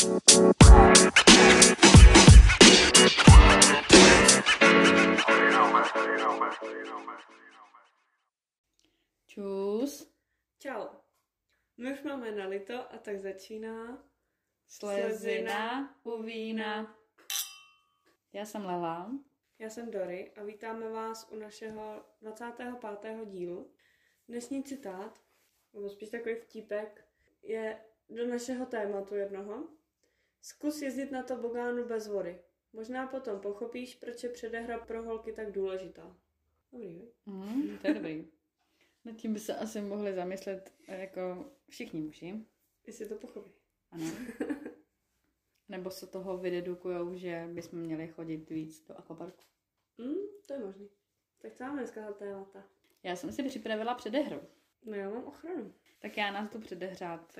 Čus. Čau. My už máme nalito a tak začíná Slezina u vína. Já jsem Lela. Já jsem Dory a vítáme vás u našeho 25. dílu. Dnešní citát, nebo spíš takový vtípek, je do našeho tématu jednoho. Zkus jezdit na tobogánu bez vody. Možná potom pochopíš, proč je předehra pro holky tak důležitá. Dobrý, ne? To je dobrý. Nad tím by se asi mohli zamyslet jako všichni muži. Jestli to pochopí. Ano. Nebo se toho vydedukujou, že bychom měli chodit víc do akvaparku. To je možný. Tak co máme dneska za témata? Já jsem si připravila předehru. No já mám ochranu. Tak já nás tu předehřát.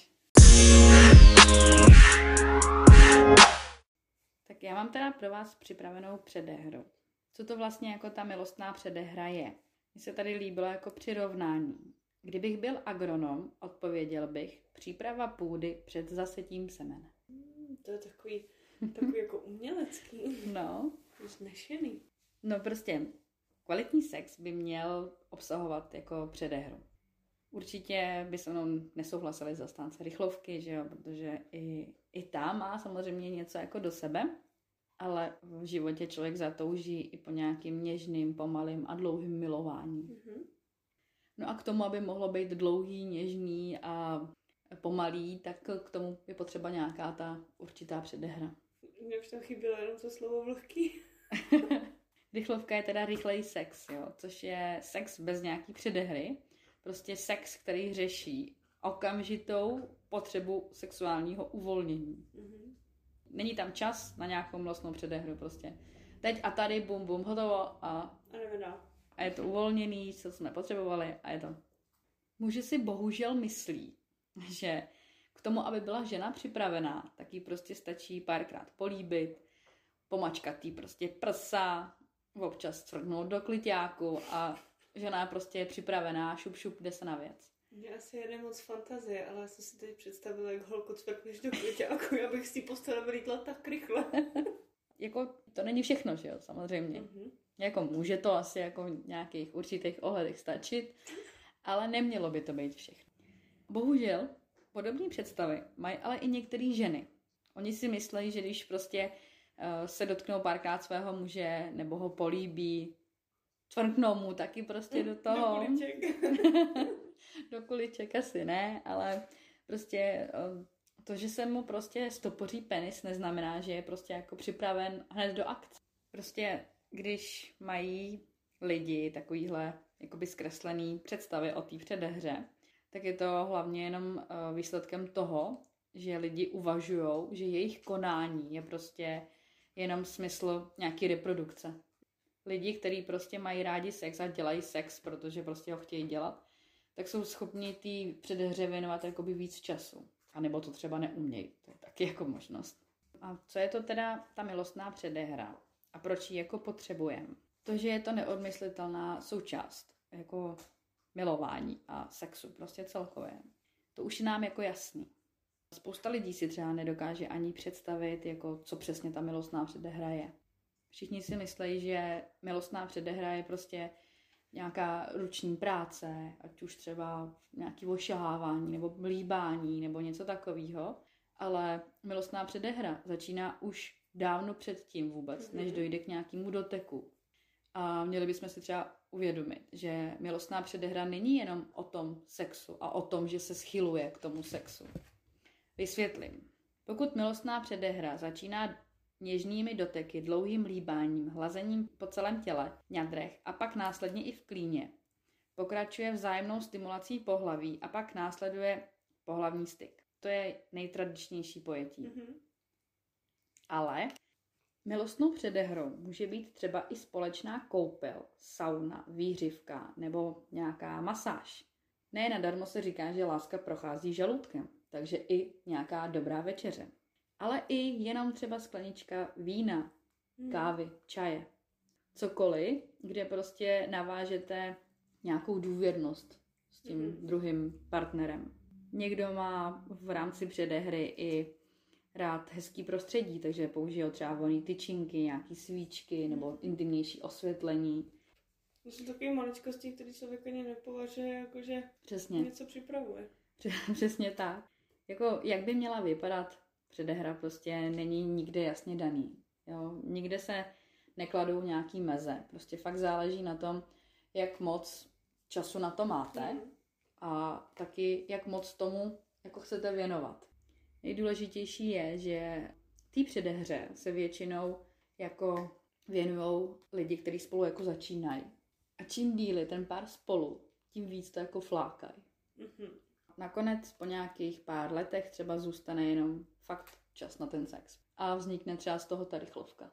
Tak já mám teda pro vás připravenou předehru. Co to vlastně jako ta milostná předehra je? Mně se tady líbilo jako přirovnání. Kdybych byl agronom, odpověděl bych příprava půdy před zasetím semene. To je takový jako umělecký. No. Znešený. No prostě kvalitní sex by měl obsahovat jako předehru. Určitě by se mnou nesouhlasili zastánce rychlovky, že jo, protože i ta má samozřejmě něco jako do sebe, ale v životě člověk zatouží i po nějakým něžným, pomalým a dlouhým milování. Mm-hmm. No a k tomu, aby mohlo být dlouhý, něžný a pomalý, tak k tomu je potřeba nějaká ta určitá předehra. Mně už tam chybělo jenom to slovo vlhký. Rychlovka je teda rychlej sex, jo, což je sex bez nějaký předehry. Prostě sex, který řeší okamžitou potřebu sexuálního uvolnění. Mm-hmm. Není tam čas na nějakou milostnou předehru prostě. Teď a tady, bum, bum, hotovo a je to uvolněný, co jsme potřebovali a je to. Muži si bohužel myslí, že k tomu, aby byla žena připravená, tak jí prostě stačí párkrát políbit, pomačkat jí prostě prsa, občas cvrknout do kliťáku a žena je prostě připravená, šup, šup, jde se na věc. Mně asi jede moc fantazie, ale já jsem si teď představila, jak holku cvrkneš do kliťáku, já bych si postavila vylítla tak rychle. Jako to není všechno, že jo, samozřejmě. Mm-hmm. Jako může to asi jako v nějakých určitých ohledech stačit, ale nemělo by to být všechno. Bohužel podobné představy mají ale i některé ženy. Oni si myslí, že když prostě se dotknou párkrát svého muže nebo ho políbí, cvrknou mu taky prostě do toho. Do kuliček. Do kuliček asi ne, ale prostě to, že se mu prostě stopoří penis, neznamená, že je prostě jako připraven hned do akce. Prostě když mají lidi takovýhle jakoby zkreslený představy o té předehře, tak je to hlavně jenom výsledkem toho, že lidi uvažujou, že jejich konání je prostě jenom smysl nějaký reprodukce. Lidi, kteří prostě mají rádi sex a dělají sex, protože prostě ho chtějí dělat, tak jsou schopni té předehře věnovat jakoby víc času. A nebo to třeba neumějí. To je taky jako možnost. A co je to teda ta milostná předehra? A proč ji jako potřebujeme? To, že je to neodmyslitelná součást jako milování a sexu, prostě celkově. To už je nám jako jasný. Spousta lidí si třeba nedokáže ani představit, jako co přesně ta milostná předehra je. Všichni si myslí, že milostná předehra je prostě nějaká ruční práce, ať už třeba nějaké ošahávání nebo líbání nebo něco takového, ale milostná předehra začíná už dávno předtím vůbec, než dojde k nějakému doteku. A měli bychom si třeba uvědomit, že milostná předehra není jenom o tom sexu a o tom, že se schyluje k tomu sexu. Vysvětlím. Pokud milostná předehra začíná něžnými doteky, dlouhým líbáním, hlazením po celém těle, ňadrech a pak následně i v klíně, pokračuje vzájemnou stimulací pohlaví a pak následuje pohlavní styk. To je nejtradičnější pojetí. Mm-hmm. Ale milostnou předehrou může být třeba i společná koupel, sauna, výřivka nebo nějaká masáž. Ne nadarmo se říká, že láska prochází žaludkem, takže i nějaká dobrá večeře. Ale i jenom třeba sklenička vína, kávy, čaje. Cokoliv, kde prostě navážete nějakou důvěrnost s tím druhým partnerem. Někdo má v rámci předehry i rád hezký prostředí, takže použijou třeba voný tyčinky, nějaký svíčky nebo intimnější osvětlení. To jsou takové maličkosti, které člověk ani nepovažuje, jakože Přesně. něco připravuje. Přesně tak. Jako, jak by měla vypadat předehra, prostě není nikde jasně daný. Jo? Nikde se nekladou nějaký meze. Prostě fakt záleží na tom, jak moc času na to máte a taky jak moc tomu jako chcete věnovat. Nejdůležitější je, že té předehře se většinou jako věnujou lidi, kteří spolu jako začínají. A čím díl je ten pár spolu, tím víc to jako flákají. Nakonec po nějakých pár letech třeba zůstane jenom fakt čas na ten sex. A vznikne třeba z toho ta rychlovka.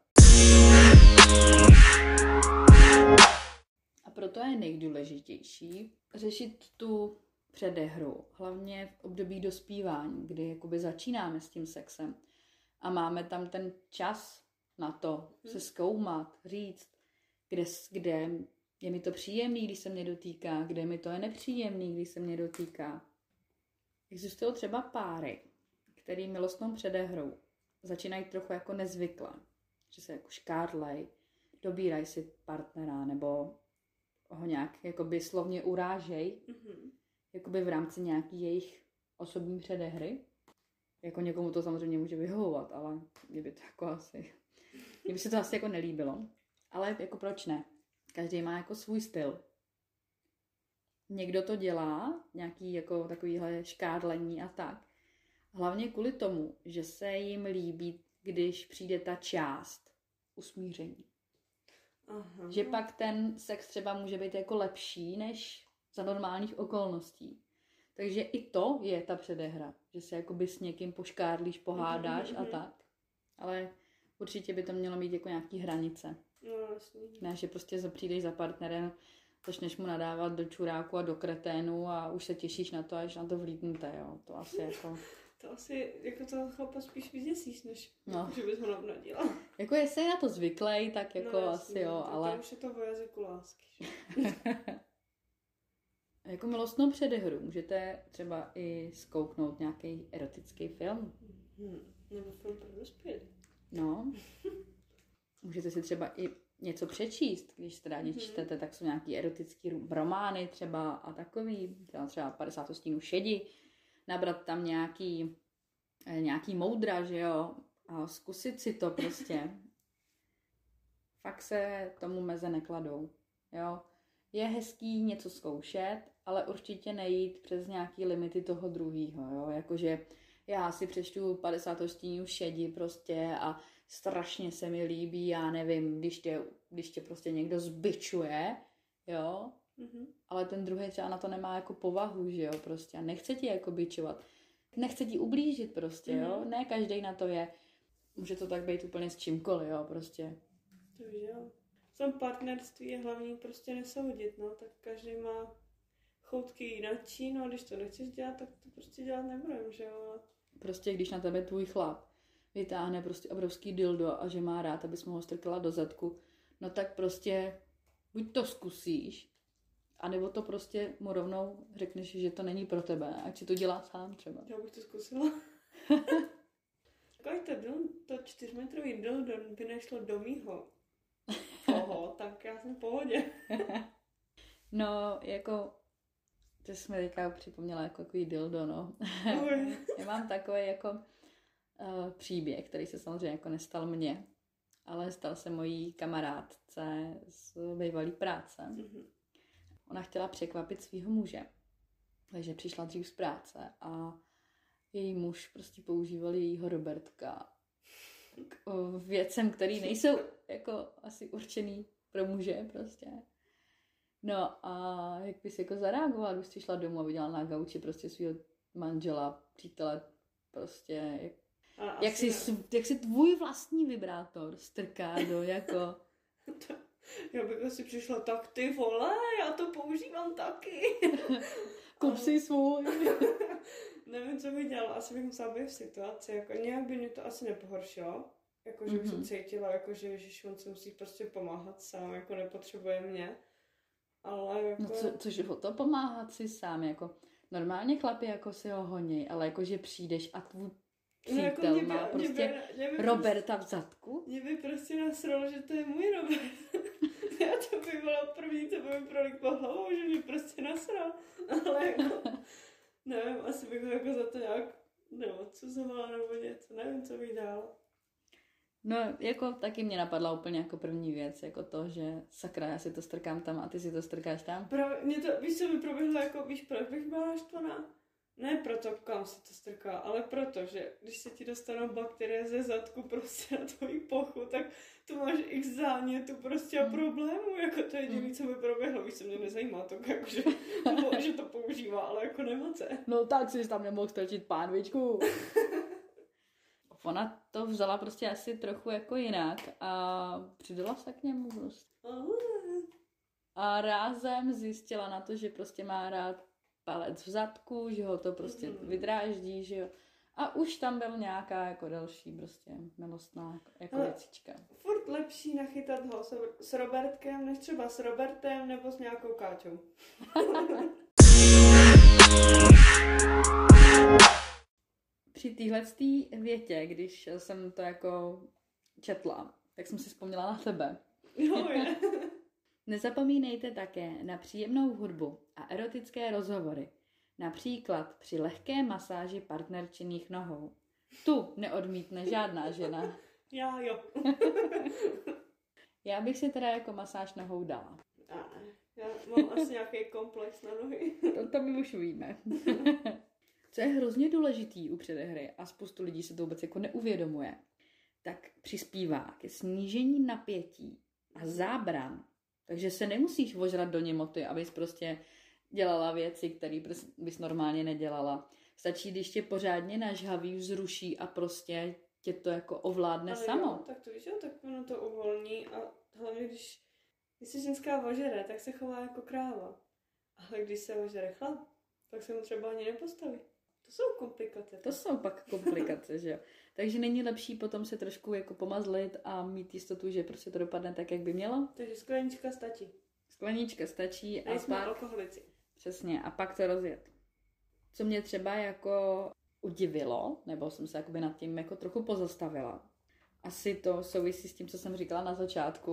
A proto je nejdůležitější řešit tu předehru, hlavně v období dospívání, kdy jakoby začínáme s tím sexem a máme tam ten čas na to se zkoumat, říct, kde je mi to příjemný, když se mě dotýká, kde mi to je nepříjemný, když se mě dotýká. Existují třeba páry, který milostnou předehrou začínají trochu jako nezvykle, že se jako škádlej, dobírají si partnera nebo ho nějak jakoby slovně urážej, jakoby v rámci nějaký jejich osobní předehry. Jako někomu to samozřejmě může vyhovovat, ale mě by se to asi jako nelíbilo. Ale jako proč ne? Každý má jako svůj styl. Někdo to dělá, nějaký jako takovýhle škádlení a tak. Hlavně kvůli tomu, že se jim líbí, když přijde ta část usmíření. Aha. Že pak ten sex třeba může být jako lepší než za normálních okolností. Takže i to je ta předehra, že se jakoby s někým poškádlíš, pohádáš a tak. Ale určitě by to mělo mít jako nějaký hranice. No, jasně. Ne, že prostě přijdeš za partnerem, začneš mu nadávat do čuráku a do kreténu a už se těšíš na to, až na to vlítnete, jo. To asi jako... To asi jako toho chlapa spíš vyděsíš, než že bys ho navnadila. Jako jestli je na to zvyklej, tak jako asi jo, ale... To už je to o jazyku lásky. Jako milostnou předehru můžete třeba i zkouknout nějaký erotický film. Nebo film pro dospělé. No. Můžete si třeba i něco přečíst, když se rádi čtete, tak jsou nějaký erotický romány třeba a takový, třeba 50 stínů šedi, nabrat tam nějaký moudra, že jo, a zkusit si to prostě. Fakt se tomu meze nekladou, jo. Je hezký něco zkoušet, ale určitě nejít přes nějaký limity toho druhýho, jo, jakože já si přečtu 50 stínů šedi prostě a strašně se mi líbí, já nevím, když tě prostě někdo zbičuje, jo, ale ten druhý třeba na to nemá jako povahu, že jo, prostě a nechce ti jako bičovat, nechce ti ublížit prostě, jo, ne každej na to je, může to tak být úplně s čímkoliv, jo, prostě. Takže jo. V tom partnerství je hlavní prostě nesoudit, no, tak každý má choutky jinačí, no a když to nechceš dělat, tak to prostě dělat nebudem, že jo. Prostě když na tebe tvůj chlap vytáhne prostě obrovský dildo a že má rád, abys mu ho strkala do zadku, no tak prostě buď to zkusíš, anebo to prostě mu rovnou řekneš, že to není pro tebe, ať si to dělá sám třeba. Já bych to zkusila. Takový to 4metrový dildo by nešlo do mýho. Tak já jsem v pohodě. No, jako, to jsme teďka připomněla jako takový dildo, no. Já mám takový jako příběh, který se samozřejmě jako nestal mně, ale stal se mojí kamarádce z bývalý práce. Ona chtěla překvapit svého muže, takže přišla dřív z práce a její muž prostě používal jejího Robertka k věcem, který nejsou jako asi určený pro muže prostě. No a jak bys jako zareagovala, když jsi šla domů a viděla na gauči prostě svého manžela, přítele, prostě jak si tvůj vlastní vibrátor strká do jako... Já bych asi přišla, tak ty vole, já to používám taky. Kup si svůj. Nevím, co bych dělala, asi bych musela být v situaci, jako nějak by mě to asi nepohoršilo. Jakože bych se cítila, jakože ježiš, on se musí prostě pomáhat sám, jako nepotřebuje mě. Ale jako... No cože o to pomáhat si sám, jako normálně chlapi jako si ho honí, ale jakože přijdeš a přítel má prostě Roberta v zadku. Mě by prostě nasralo, že to je můj Robert. Já to by bylo první, co by mi proliklo hlavou, že mě prostě nasral. Ale jako, nevím, asi bych ho jako za to nějak neodsuzovala nebo něco, nevím, co bych dala. No, jako taky mě napadla úplně jako první věc, jako to, že sakra, já si to strkám tam a ty si to strkáš tam. Mě to, víš, co mi proběhlo, jako, víš, proč bych byla naštvaná? Ne proto, kam se to strká, ale proto, že když se ti dostanou bakterie ze zadku prostě na tvoji pochu, tak tu máš x zánětů prostě a problémů, jako to je jediný, co mi proběhlo, víš, co mě nezajímá to, jako, že to používá, ale jako nemoce. No tak jsi tam nemohl strčit pánvičku. Ona to vzala prostě asi trochu jako jinak a přidala se k němu prostě. A rázem zjistila na to, že prostě má rád palec v zadku, že ho to prostě vydráždí, že jo. A už tam byl nějaká jako další prostě milostná jako věcička. Furt lepší nachytat ho s Robertkem, než třeba s Robertem nebo s nějakou Káťou. Při téhleté větě, když jsem to jako četla, tak jsem si vzpomněla na tebe. Jo, je. Nezapomínejte také na příjemnou hudbu a erotické rozhovory. Například při lehké masáži partnerčinných nohou. Tu neodmítne žádná žena. Já jo. Já bych si teda jako masáž nohou dala. Já mám asi nějaký komplex na nohy. To my už víme. Co je hrozně důležitý u předehry a spoustu lidí se to vůbec jako neuvědomuje, tak přispívá ke snížení napětí a zábran. Takže se nemusíš ožrat do němoty, abys prostě dělala věci, které bys normálně nedělala. Stačí, když tě pořádně nažhaví, vzruší a prostě tě to jako ovládne ale samo. Jo, tak to víš, tak ono to uvolní a hlavně, když se ženská ožere, tak se chová jako kráva. Ale když se ožere chlap, tak se mu třeba ani nepostaví. To jsou komplikace. To jsou pak komplikace, že jo. Takže není lepší potom se trošku jako pomazlit a mít jistotu, že prostě to dopadne tak, jak by mělo. Takže sklenička stačí. Sklenička stačí a nejsme pak... alkoholici. Přesně, a pak to rozjet. Co mě třeba jako udivilo, nebo jsem se jakoby nad tím jako trochu pozastavila. Asi to souvisí s tím, co jsem říkala na začátku.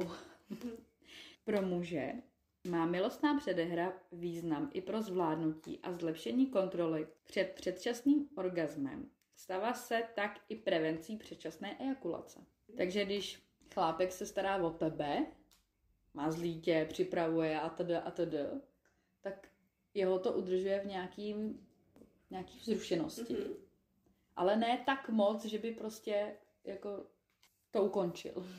Pro muže má milostná předehra význam i pro zvládnutí a zlepšení kontroly před předčasným orgasmem. Stává se tak i prevencí předčasné ejakulace. Takže když chlápek se stará o tebe, má zlítě, připravuje atd., tak jeho to udržuje v nějaký vzrušenosti. Mm-hmm. Ale ne tak moc, že by prostě jako to ukončil.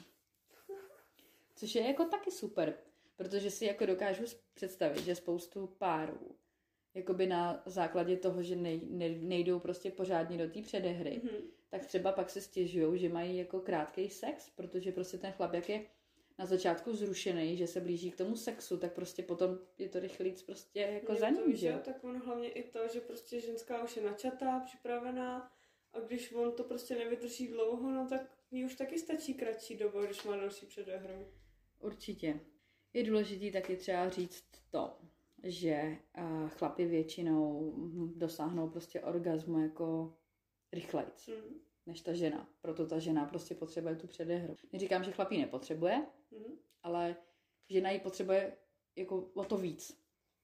Což je jako taky super, protože si jako dokážu představit, že spoustu párů jakoby na základě toho, že nejdou prostě pořádně do té předehry, tak třeba pak se stěžujou, že mají jako krátkej sex, protože prostě ten chlap, jak je na začátku zrušený, že se blíží k tomu sexu, tak prostě potom je to rychlíc prostě jako za ním, že jo? Tak ono hlavně i to, že prostě ženská už je načatá, připravená a když on to prostě nevydrží dlouho, no tak jí už taky stačí kratší doba, když má další předehru. Určitě. Je důležitý taky třeba říct to, že chlapi většinou dosáhnou prostě orgazmu jako rychlejc než ta žena. Proto ta žena prostě potřebuje tu předehru. Neříkám, že chlap ji nepotřebuje, ale žena ji potřebuje jako o to víc.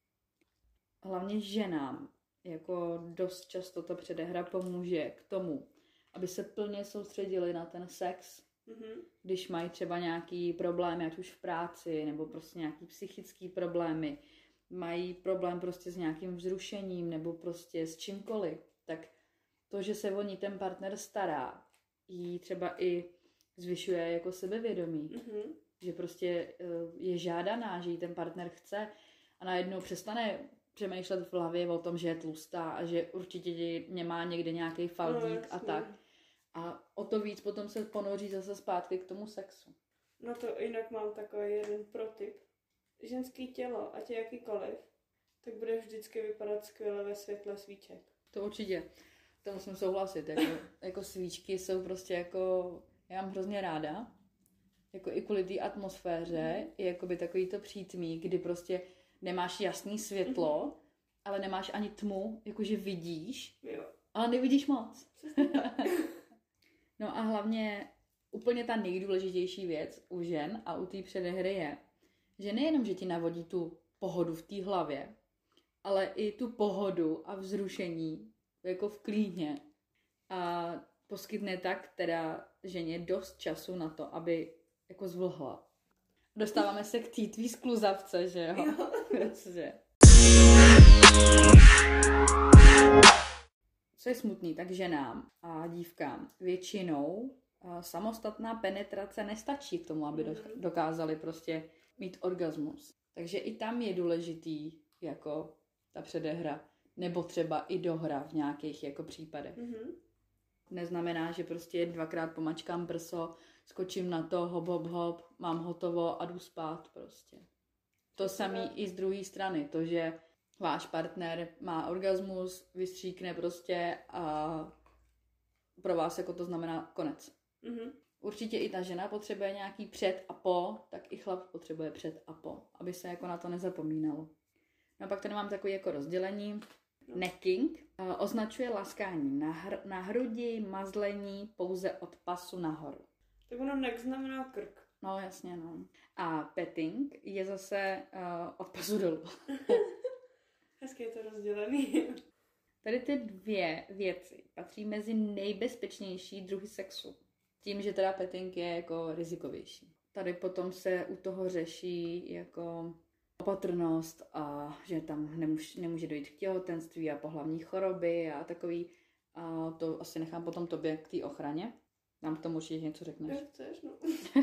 Hlavně ženám jako dost často ta předehra pomůže k tomu, aby se plně soustředili na ten sex, když mají třeba nějaký problémy, ať už v práci, nebo prostě nějaký psychický problémy, mají problém prostě s nějakým vzrušením, nebo prostě s čímkoliv, tak to, že se o ní ten partner stará, jí třeba i zvyšuje jako sebevědomí, že prostě je žádaná, že jí ten partner chce a najednou přestane přemýšlet v hlavě o tom, že je tlustá a že určitě nemá někde nějaký faldík a tak. A o to víc potom se ponoří zase zpátky k tomu sexu. No to jinak mám takový jeden protip. Ženský tělo, ať je jakýkoliv, tak bude vždycky vypadat skvěle ve světle svíček. To určitě. To musím souhlasit. Jako svíčky jsou prostě jako... Já mám hrozně ráda. Jako i kvůli té atmosféře. I jakoby takový to přítmí, kdy prostě nemáš jasný světlo, ale nemáš ani tmu, jakože vidíš, jo. Ale nevidíš moc. No a hlavně úplně ta nejdůležitější věc u žen a u té předehry je, že nejenom, že ti navodí tu pohodu v té hlavě, ale i tu pohodu a vzrušení jako v klíně a poskytne tak teda ženě dost času na to, aby jako zvlhla. Dostáváme se k té tvý skluzavce, že jo? Co je smutný, tak ženám a dívkám většinou samostatná penetrace nestačí k tomu, aby dokázali prostě mít orgasmus. Takže i tam je důležitý jako ta předehra, nebo třeba i dohra v nějakých jako případech. Neznamená, že prostě dvakrát pomačkám prso, skočím na to, hop, hop, hop, mám hotovo a jdu spát prostě. To samé i z druhé strany, to, že váš partner má orgasmus, vystříkne prostě a pro vás jako to znamená konec. Určitě i ta žena potřebuje nějaký před a po, tak i chlap potřebuje před a po, aby se jako na to nezapomínalo. No a pak tady mám takový jako rozdělení. Necking označuje laskání na hrudi, mazlení pouze od pasu nahoru. Tak ono neck znamená krk. No jasně, no. A petting je zase od pasu dolů. Hezky je to rozdělený. Tady ty dvě věci patří mezi nejbezpečnější druhy sexu. Tím, že teda petting je jako rizikovější. Tady potom se u toho řeší jako opatrnost a že tam nemůže dojít k těhotenství a pohlavní choroby a takový. A to asi nechám potom tobě k té ochraně. Nám k tomu určitě něco řekneš. Jak chceš, no.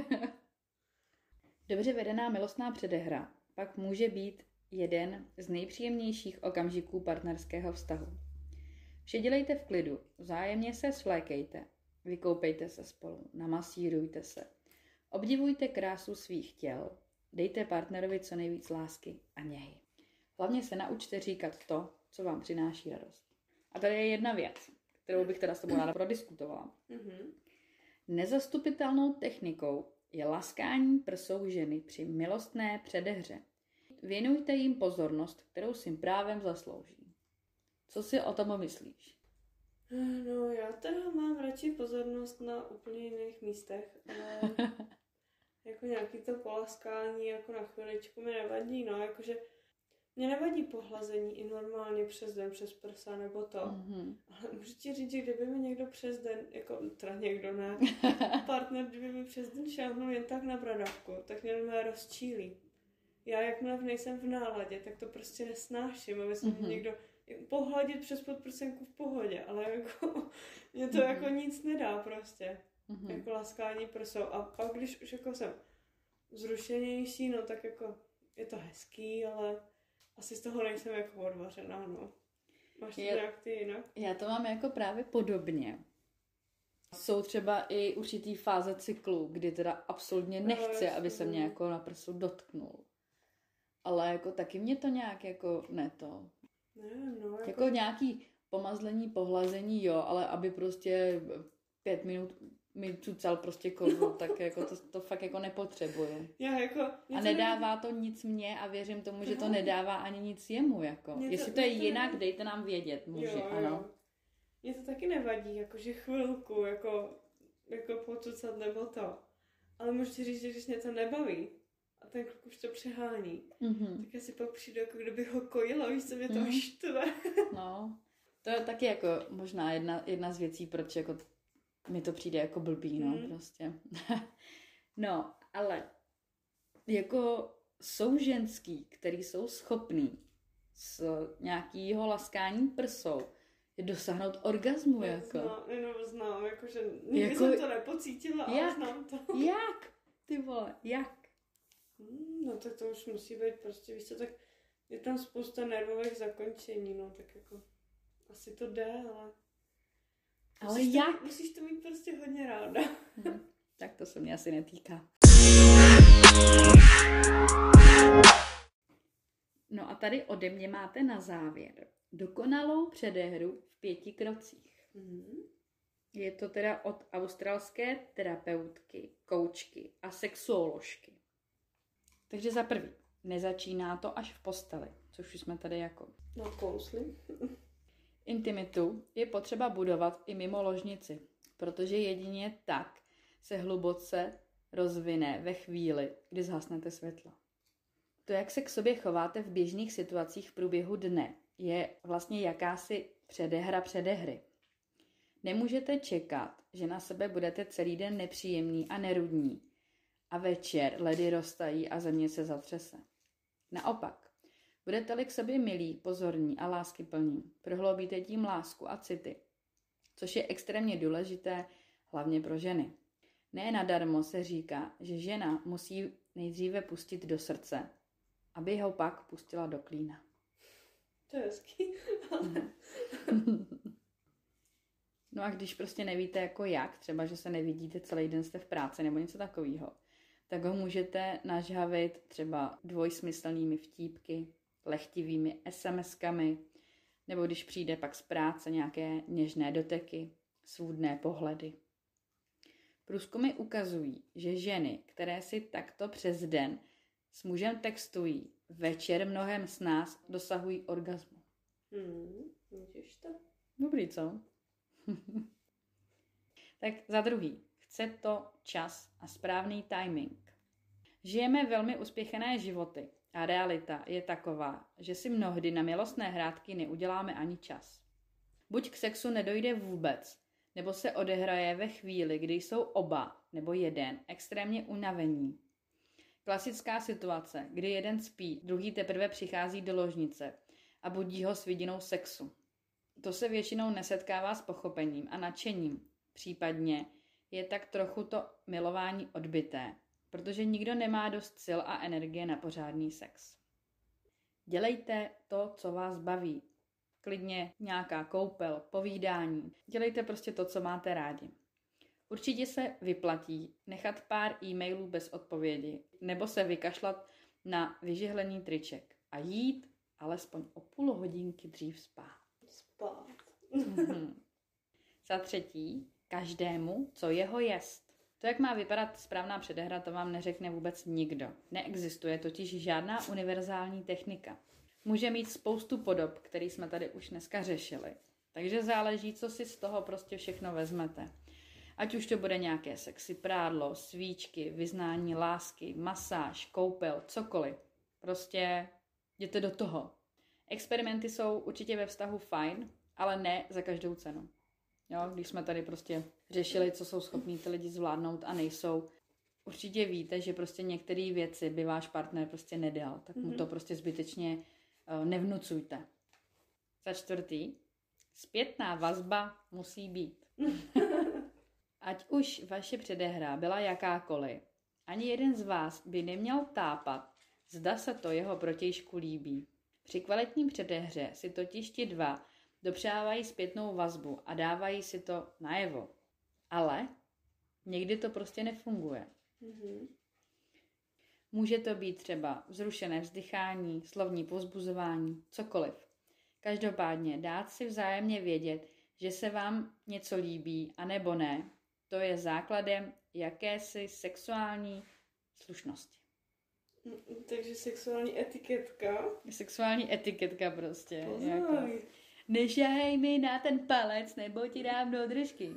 Dobře vedená milostná předehra pak může být jeden z nejpříjemnějších okamžiků partnerského vztahu. Vše dělejte v klidu, vzájemně se svlékejte, vykoupejte se spolu, namasírujte se, obdivujte krásu svých těl, dejte partnerovi co nejvíc lásky a něhy. Hlavně se naučte říkat to, co vám přináší radost. A tady je jedna věc, kterou bych teda s tebou ráda prodiskutovala. Nezastupitelnou technikou je laskání prsou ženy při milostné předehře. Věnujte jim pozornost, kterou si právem zaslouží. Co si o tom myslíš? No, já teda mám radši pozornost na úplně jiných místech, ale jako nějaký to polaskání jako na chviličku mi nevadí, no, jakože mě nevadí pohlazení i normálně přes den, přes prsa nebo to, ale můžu ti říct, že kdyby mi někdo přes den, jako teda někdo ne, partner, kdyby mi přes den šáhnul jen tak na bradavku, tak mě normálně rozčílí. Já jakmile nejsem v náladě, tak to prostě nesnáším, aby se mě někdo pohladit přes podprsenku v pohodě, ale jako mě to jako nic nedá prostě. Jako laskání prsou. A pak když už jako jsem zrušenější, no tak jako je to hezký, ale asi z toho nejsem jako odvařená, no. Máš to nějak ty jinak? Já to mám jako právě podobně. Jsou třeba i určitý fáze cyklu, kdy teda absolutně nechci, aby se mě jako na prsu dotknul. Ale jako taky mě to nějak jako No, jako nějaký pomazlení, pohlazení, jo, ale aby prostě 5 minut mi cucal prostě kozu, tak jako to fakt jako nepotřebuje. A nedává to nic mně a věřím tomu, že to nedává ani nic jemu, jako. Jestli to je jinak, dejte nám vědět, muži, ano. Mně to taky nevadí, jakože chvilku, jako pocucat nebo to. Ale můžu ti říct, že když mě to nebaví, a ten kluk už to přehání, tak já si pak přijdu, jako kdybych ho kojila, víš, co mě to štve. No, to je taky jako možná jedna z věcí, proč jako mi to přijde jako blbý, no, prostě. No, ale jako jsou ženský, který jsou schopný s nějakýho laskání prsou dosáhnout orgasmu, jako. Znám, jakože nikdy jsem to nepocítila, ale znám to. Jak? Ty vole, jak? No tak to už musí být prostě, víš co, tak je tam spousta nervových zakončení, no tak jako asi to jde, ale jak? Musíš to mít prostě hodně ráda. Tak to se mě asi netýká. No a tady ode mě máte na závěr dokonalou předehru v 5 krocích. Je to teda od australské terapeutky, koučky a sexuoložky. Takže za prvý, nezačíná to až v posteli, což už jsme tady jako kousli. Intimitu je potřeba budovat i mimo ložnici. protože jedině tak se hluboce rozvine ve chvíli, kdy zhasnete světlo. To, jak se k sobě chováte v běžných situacích v průběhu dne, je vlastně jakási předehra předehry. Nemůžete čekat, že na sebe budete celý den nepříjemný a nerudní a večer ledy roztají a země se zatřese. Naopak, budete-li k sobě milí, pozorní a láskyplní, prohloubíte tím lásku a city, což je extrémně důležité, hlavně pro ženy. Ne nadarmo se říká, že žena musí nejdříve pustit do srdce, aby ho pak pustila do klína. To je hezký. No a když prostě nevíte jako jak, třeba že se nevidíte celý den, jste v práci nebo něco takového, tak ho můžete nažhavit třeba dvojsmyslnými vtípky, lehtivými SMS-kami, nebo když přijde pak z práce nějaké něžné doteky, svůdné pohledy. Průzkumy ukazují, že ženy, které si takto přes den s mužem textují, večer mnohem s nás dosahují orgazmu. Vidíš to? Dobrý, co? Tak za druhý, chce to čas a správný timing. Žijeme velmi uspěchané životy a realita je taková, že si mnohdy na milostné hrátky neuděláme ani čas. Buď k sexu nedojde vůbec, nebo se odehraje ve chvíli, kdy jsou oba nebo jeden extrémně unavení. Klasická situace, kdy jeden spí, druhý teprve přichází do ložnice a budí ho s vidinou sexu. To se většinou nesetkává s pochopením a nadšením. Případně je tak trochu to milování odbyté, protože nikdo nemá dost sil a energie na pořádný sex. Dělejte to, co vás baví. Klidně nějaká koupel, povídání. Dělejte prostě to, co máte rádi. Určitě se vyplatí nechat pár e-mailů bez odpovědi nebo se vykašlat na vyžihlení triček a jít alespoň o půl hodinky dřív spát. Za třetí, každému, co jeho jest. To, jak má vypadat správná předehra, to vám neřekne vůbec nikdo. Neexistuje totiž žádná univerzální technika. Může mít spoustu podob, který jsme tady už dneska řešili. Takže záleží, co si z toho prostě všechno vezmete. Ať už to bude nějaké sexy prádlo, svíčky, vyznání lásky, masáž, koupel, cokoliv. Prostě jděte do toho. Experimenty jsou určitě ve vztahu fajn, ale ne za každou cenu. Jo, když jsme tady prostě řešili, co jsou schopní ty lidi zvládnout a nejsou, určitě víte, že prostě některé věci by váš partner prostě nedal, tak mu to prostě zbytečně nevnucujte. Za čtvrtý, zpětná vazba musí být. Ať už vaše předehra byla jakákoliv, ani jeden z vás by neměl tápat, zda se to jeho protějšku líbí. Při kvalitní předehře si totiž ti dva dopřávají zpětnou vazbu a dávají si to najevo. Ale někdy to prostě nefunguje. Může to být třeba vzrušené vzdychání, slovní povzbuzování, cokoliv. Každopádně dát si vzájemně vědět, že se vám něco líbí a nebo ne, to je základem jakési sexuální slušnosti. Takže sexuální etiketka. Sexuální etiketka prostě. Pozor. Jako, nešahej mi na ten palec, nebo ti dám do držky.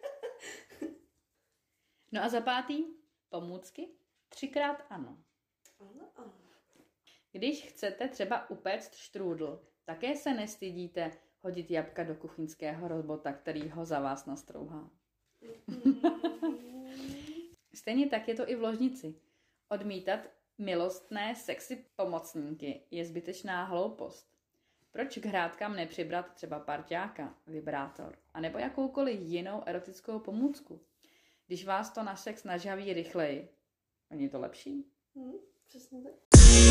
No a za pátý, pomůcky 3x ano. Ano. Když chcete třeba upéct štrůdl, také se nestydíte hodit jabka do kuchyňského robota, který ho za vás nastrouhá. Stejně tak je to i v ložnici. Odmítat milostné sexy pomocníky je zbytečná hloupost. Proč k hrádkám nepřibrat třeba parťáka, vibrátor, anebo jakoukoliv jinou erotickou pomůcku? Když vás to na sex nažaví rychleji, není to lepší? Přesně tak.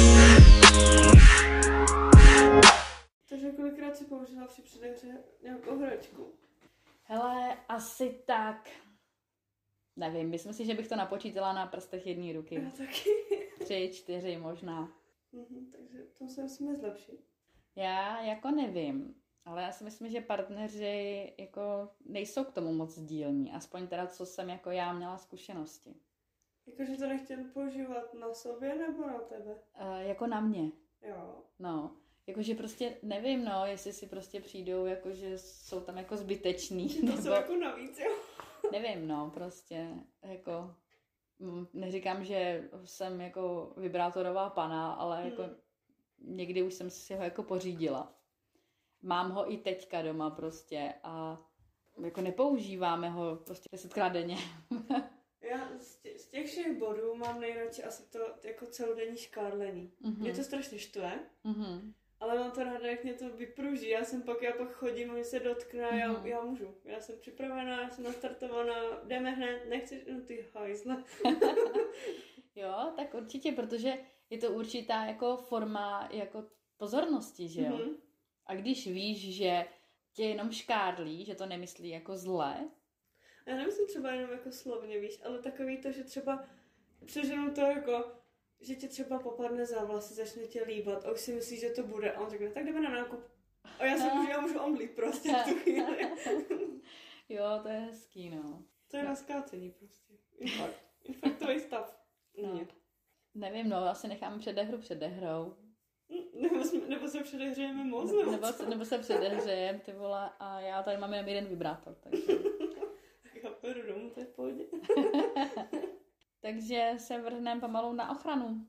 Takže kolikrát si použila při předehře nějakou hračku? Hele, asi tak. Nevím, myslím si, že bych to napočítala na prstech jedné ruky. Já taky. 3, 4 možná. Takže to se musíme zlepšit. Já jako nevím, ale já si myslím, že partneři jako nejsou k tomu moc dílní. Aspoň teda, co jsem jako já měla zkušenosti. Jakože to nechtěli používat na sobě nebo na tebe? Jako na mě. Jo. No, jakože prostě nevím, no, jestli si prostě přijdou, jakože jsou tam jako zbyteční. To jsou jako navíc, jo. Nevím, no, prostě, jako, neříkám, že jsem jako vibrátorová pana, ale jako někdy už jsem si ho jako pořídila. Mám ho i teďka doma prostě a jako nepoužíváme ho prostě 10krát denně. Já z těch všech bodů mám nejradši asi to jako celodenní škádlení. Mě to strašně štve, ale mám to ráda, jak mě to vypruží. Já pak chodím a mi se dotkne a já můžu. Já jsem připravená, já jsem nastartovaná, jdeme hned, nechci, no ty hajzle. Jo, tak určitě, protože je to určitá jako forma jako pozornosti, že jo? A když víš, že tě jenom škádlí, že to nemyslí jako zle. Já nemyslím třeba jenom jako slovně, víš, ale takový to, že třeba přeženu to jako, že tě třeba popadne za vlasy, začne tě líbat a už si myslíš, že to bude a on řekne, tak jdeme na nákup. A já můžu omlít prostě v tu chvíli. Jo, to je hezký, no. To je naskácení prostě. Infarktový stav. No. Nevím, no, asi necháme předehru před dehrou. Nebo se předehřejeme moc? Nebo se předehřejeme, ty vole, a já tady mám jenom jeden vibrátor, takže... Tak já půjdu domů, to je v pohodě. Takže se vrhneme pomalu na ochranu.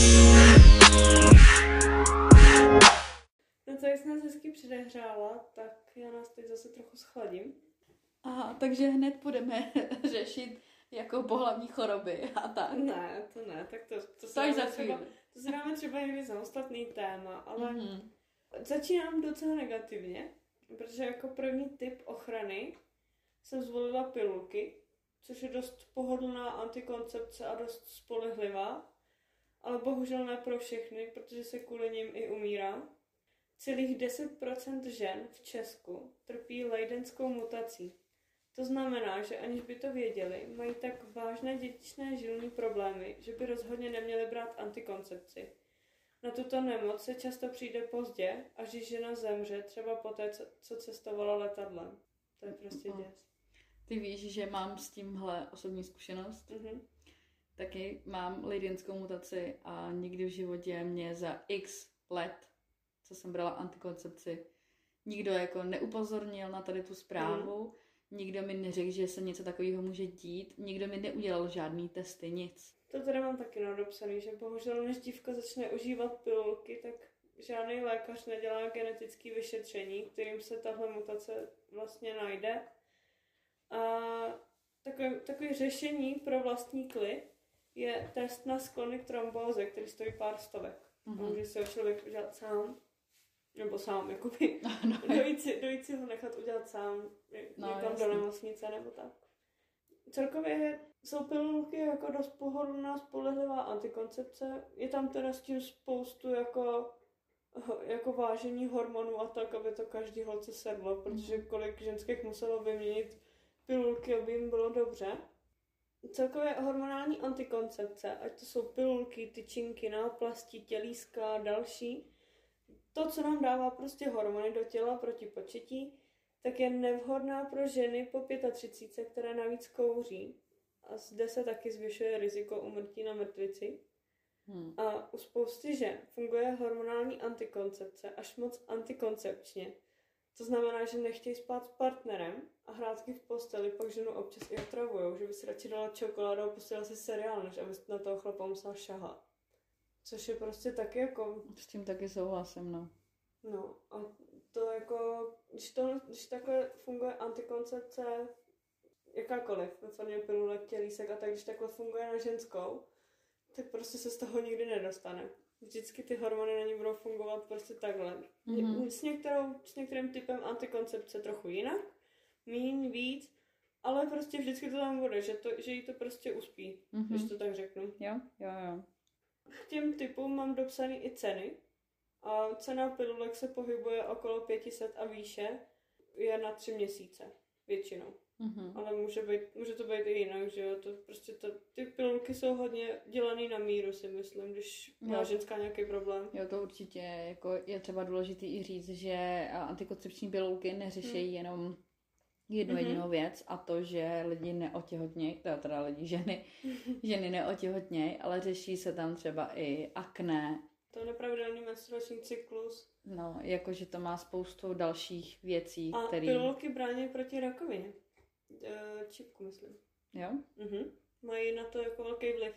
No co, jak jsi nás hezky předehřála, tak já nás teď zase trochu schladím. Aha, takže hned budeme řešit jako pohlavní choroby a tak. Ne, to ne, tak to si dáme třeba někdy samostatný téma, ale začínám docela negativně, protože jako první typ ochrany jsem zvolila pilulky, což je dost pohodlná antikoncepce a dost spolehlivá, ale bohužel ne pro všechny, protože se kvůli nim i umírá. Celých 10% žen v Česku trpí lejdenskou mutací. To znamená, že aniž by to věděli, mají tak vážné dědičné žilní problémy, že by rozhodně neměli brát antikoncepci. Na tuto nemoc se často přijde pozdě, až když žena zemře, třeba poté, co cestovala letadlem. To je prostě děs. Ty víš, že mám s tímhle osobní zkušenost? Taky mám lejdenskou mutaci a nikdy v životě mě za x let, co jsem brala antikoncepci, nikdo jako neupozornil na tady tu zprávu. Nikdo mi neřekl, že se něco takového může dít. Nikdo mi neudělal žádný testy, nic. To teda mám taky nadopsaný, že bohužel než dívka začne užívat pilulky, tak žádný lékař nedělá genetické vyšetření, kterým se tahle mutace vlastně najde. A takový řešení pro vlastní klid je test na sklony k trombóze, který stojí pár stovek. Může si ho člověk udělat sám. Nebo sám, jakoby. Dojít si ho nechat udělat sám. Někam do nemocnice nebo tak. Celkově jsou pilulky jako dost pohodlná, spolehlivá antikoncepce. Je tam teda s tím spoustu jako vážení hormonů a tak, aby to každý holce sedlo, protože kolik ženských muselo vyměnit pilulky, aby jim bylo dobře. Celkově hormonální antikoncepce, ať to jsou pilulky, tyčinky, náplasti, tělíska a další, to, co nám dává prostě hormony do těla proti početí, tak je nevhodná pro ženy po 35, které navíc kouří. A zde se taky zvyšuje riziko úmrtí na mrtvici. A u spousty žen funguje hormonální antikoncepce až moc antikoncepčně. To znamená, že nechtějí spát s partnerem a hrátky v posteli pak ženu občas i otravujou, že by si radši dala čokoládu a pustila si seriál, než aby na toho chlapa musela šahat. Což je prostě taky jako... S tím taky souhlasím, no. No a to jako, když takhle funguje antikoncepce, jakákoliv, ve formě pilulek, tělísek a tak, když takhle funguje na ženskou, tak prostě se z toho nikdy nedostane. Vždycky ty hormony na ní budou fungovat prostě takhle. S některým typem antikoncepce trochu jinak, míň, víc, ale prostě vždycky to tam bude, že jí to prostě uspí, když to tak řeknu. Jo. K těm typům mám dopsaný i ceny. A cena pilulek se pohybuje okolo 500 a výše, je na 3 měsíce většinou. Ale může to být i jinak, že jo, ty pilulky jsou hodně dělaný na míru, si myslím, když má ženská nějaký problém. Jo, to určitě, jako je třeba důležitý i říct, že antikoncepční pilulky neřeší jenom jednu jedinou věc a to, že lidi neotěhotnějí, ženy neotěhotnějí, ale řeší se tam třeba i akné. To je nepravidelný menstruační cyklus. No, jakože to má spoustu dalších věcí, které... A pilulky brání proti rakovině. čipku, myslím. Jo? Mají na to jako velký vliv.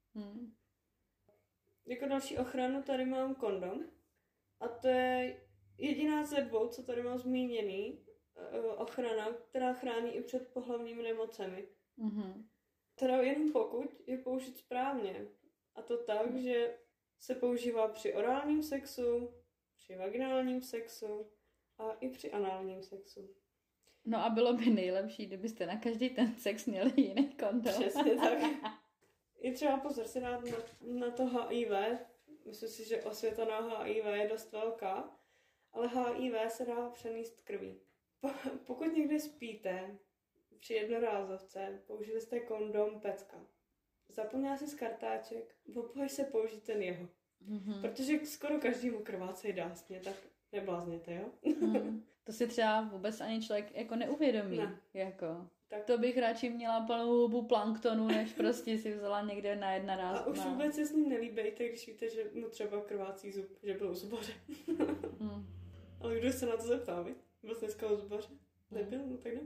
Jako další ochranu tady mám kondom. A to je jediná ze dvou, co tady mám zmíněný, ochrana, která chrání i před pohlavními nemocemi. Teda jenom pokud je použít správně. A to tak, že se používá při orálním sexu, při vaginálním sexu a i při análním sexu. No a bylo by nejlepší, kdybyste na každý ten sex měli jiný kondom. Přesně tak. I třeba pozor si dát na to HIV. Myslím si, že osvěta na HIV je dost velká, ale HIV se dá přenést krví. Pokud někdy spíte při jednorázovce, použili jste kondom pecka. Zapomněla si z kartáček, opovaž se použít ten jeho. Protože skoro každému krvácej dásně, tak neblázněte, jo? To si třeba vůbec ani člověk jako neuvědomí. Ne. Jako. Tak. To bych radši měla plnou hubu planktonu, než prostě si vzala někde na jedna ráz. A už vůbec se s ním nelíbejte, když víte, že mu třeba krvácí zub, že byl u zubaře. Ale kdo se na to zeptá, vy? Byl dneska u zubaře? Nebyl, no tak ne.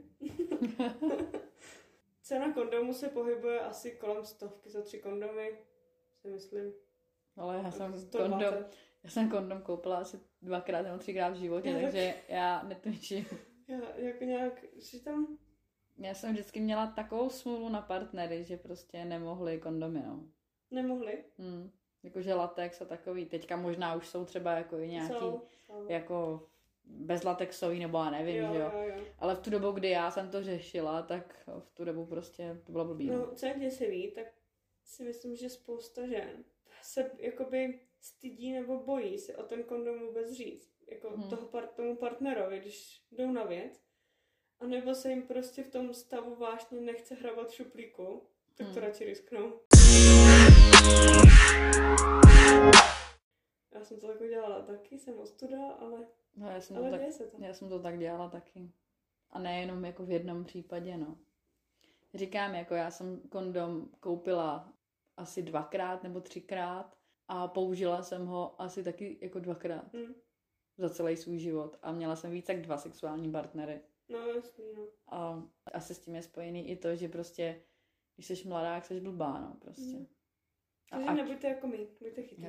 Cena kondomu se pohybuje asi kolem 100 za 3 kondomy, si myslím. Ale já jsem kondom koupila asi 2x nebo 3x v životě, takže já netuším. Já jako nějak, že tam... Já jsem vždycky měla takovou smůlu na partnery, že prostě nemohli kondomy, no. Nemohli? Jakože latex a takový. Teďka možná už jsou třeba jako i nějaký jsou. Jako bezlatexový, nebo já nevím, jo, že jo. jo. Ale v tu dobu, kdy já jsem to řešila, tak v tu dobu prostě to bylo blbý. No, co je děsivý, tak si myslím, že spousta žen se jakoby stydí nebo bojí si o ten kondom vůbec říct. Jako tomu partnerovi, když jdou na věc. A nebo se jim prostě v tom stavu vážně nechce hrabat v šuplíku, tak to radši risknou. Já jsem to tak dělala taky, jsem ostuda, ale já jsem to tak dělala taky. A nejenom jako v jednom případě, no. Říkám, jako já jsem kondom koupila asi 2x nebo 3x a použila jsem ho asi taky jako 2x za celý svůj život. A měla jsem víc jak 2 sexuální partnery. No jasný, no. A asi s tím je spojený i to, že prostě, když jsi mladá, jsi blbá, no prostě. Takže nebuďte jako my, buďte chytrý.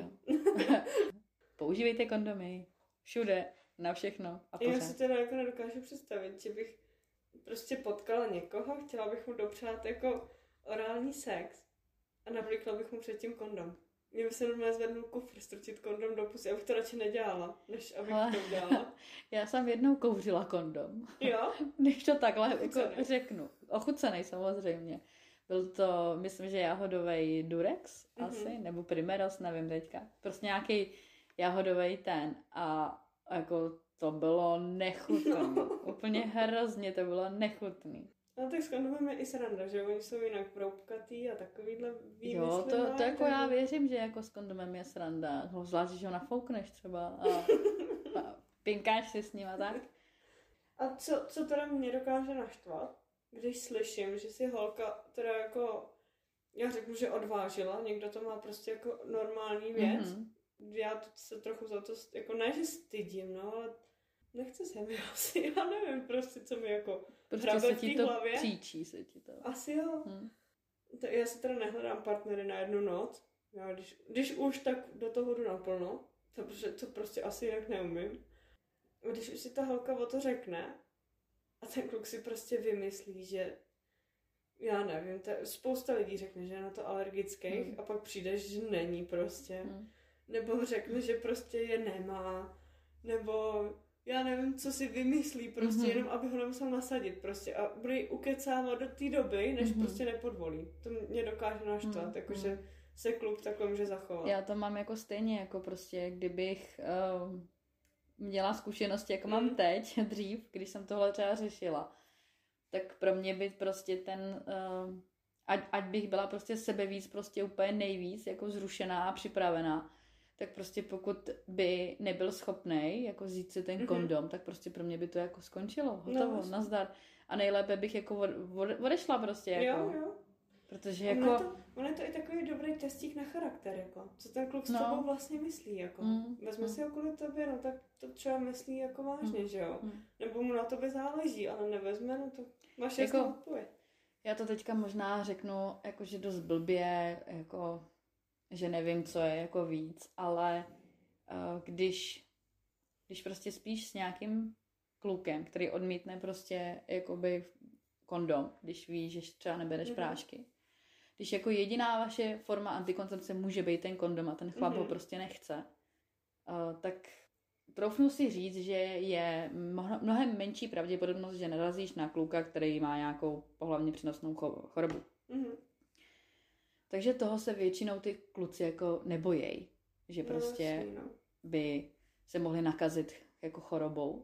Používejte kondomy. Všude, na všechno. A já si teda jako nedokážu představit, že bych prostě potkala někoho, chtěla bych mu dopřát jako orální sex a navlíkla bych mu předtím kondom. Mě by se normálně zvednul kufr, strčit kondom do pusy, abych to radši nedělala, než abych to udělala. Já jsem jednou kouřila kondom. Jo? Když to takhle jako řeknu. Ochucenej samozřejmě. Byl to, myslím, že jahodovej Durex asi, nebo Primeros, nevím teďka. Prostě nějaký jahodovej ten a jako to bylo nechutný. Úplně hrozně to bylo nechutný. No tak s kondomem je i sranda, že oni jsou jinak proupkatý a takovýhle výmysly. Jo, to jako já věřím, že jako s kondomem je sranda. Zvlášť, že ho nafoukneš třeba a pinkáš si s ním a tak. A co teda mě dokáže naštvat, když slyším, že si holka teda jako, já řeknu, že odvážila, někdo to má prostě jako normální věc. Já se trochu za to, jako ne, že stydím, no, ale nechce se mi asi, já nevím prostě, co mi jako prostě se ti to hlavě. Příčí se ti to. Asi jo. Já si teda nehledám partnery na jednu noc. Já, když už, tak do toho jdu naplno. To prostě asi jinak neumím. Když už si ta holka o to řekne a ten kluk si prostě vymyslí, že já nevím, spousta lidí řekne, že je na to alergických a pak přijdeš, že není prostě. Nebo řekne, že prostě je nemá. Nebo já nevím, co si vymyslí prostě, jenom aby ho nemusel nasadit prostě a bude ukecávat do té doby, než prostě nepodvolí. To mě dokáže naštvat, jakože se kluk takhle může zachovat. Já to mám jako stejně, jako prostě, kdybych měla zkušenosti, jako mám teď, dřív, když jsem tohle třeba řešila, tak pro mě by prostě ten, ať bych byla prostě sebevíc, prostě úplně nejvíc, jako zrušená a připravená, tak prostě pokud by nebyl schopnej jako vzít si ten kondom, tak prostě pro mě by to jako skončilo, hotovo, nazdar. A nejlépe bych jako odešla prostě jako. Jo. Protože jako... On je to i takový dobrý testík na charakter, jako. Co ten kluk s tebou vlastně myslí, jako. Vezme si ho kvůli tobě, no tak to třeba myslí jako vážně, že jo. Nebo mu na tobě záleží, ale nevezme, no to máš jasnou odpověď. Já to teďka možná řeknu jakože dost blbě, jako, že nevím, co je jako víc, ale když prostě spíš s nějakým klukem, který odmítne prostě jakoby kondom, když víš, že třeba nebereš prášky. Když jako jediná vaše forma antikoncepce může být ten kondom a ten chlap ho prostě nechce, tak troufnu si říct, že je mnohem menší pravděpodobnost, že narazíš na kluka, který má nějakou pohlavně přenosnou chorobu. Takže toho se většinou ty kluci jako nebojí, že prostě by se mohli nakazit jako chorobou.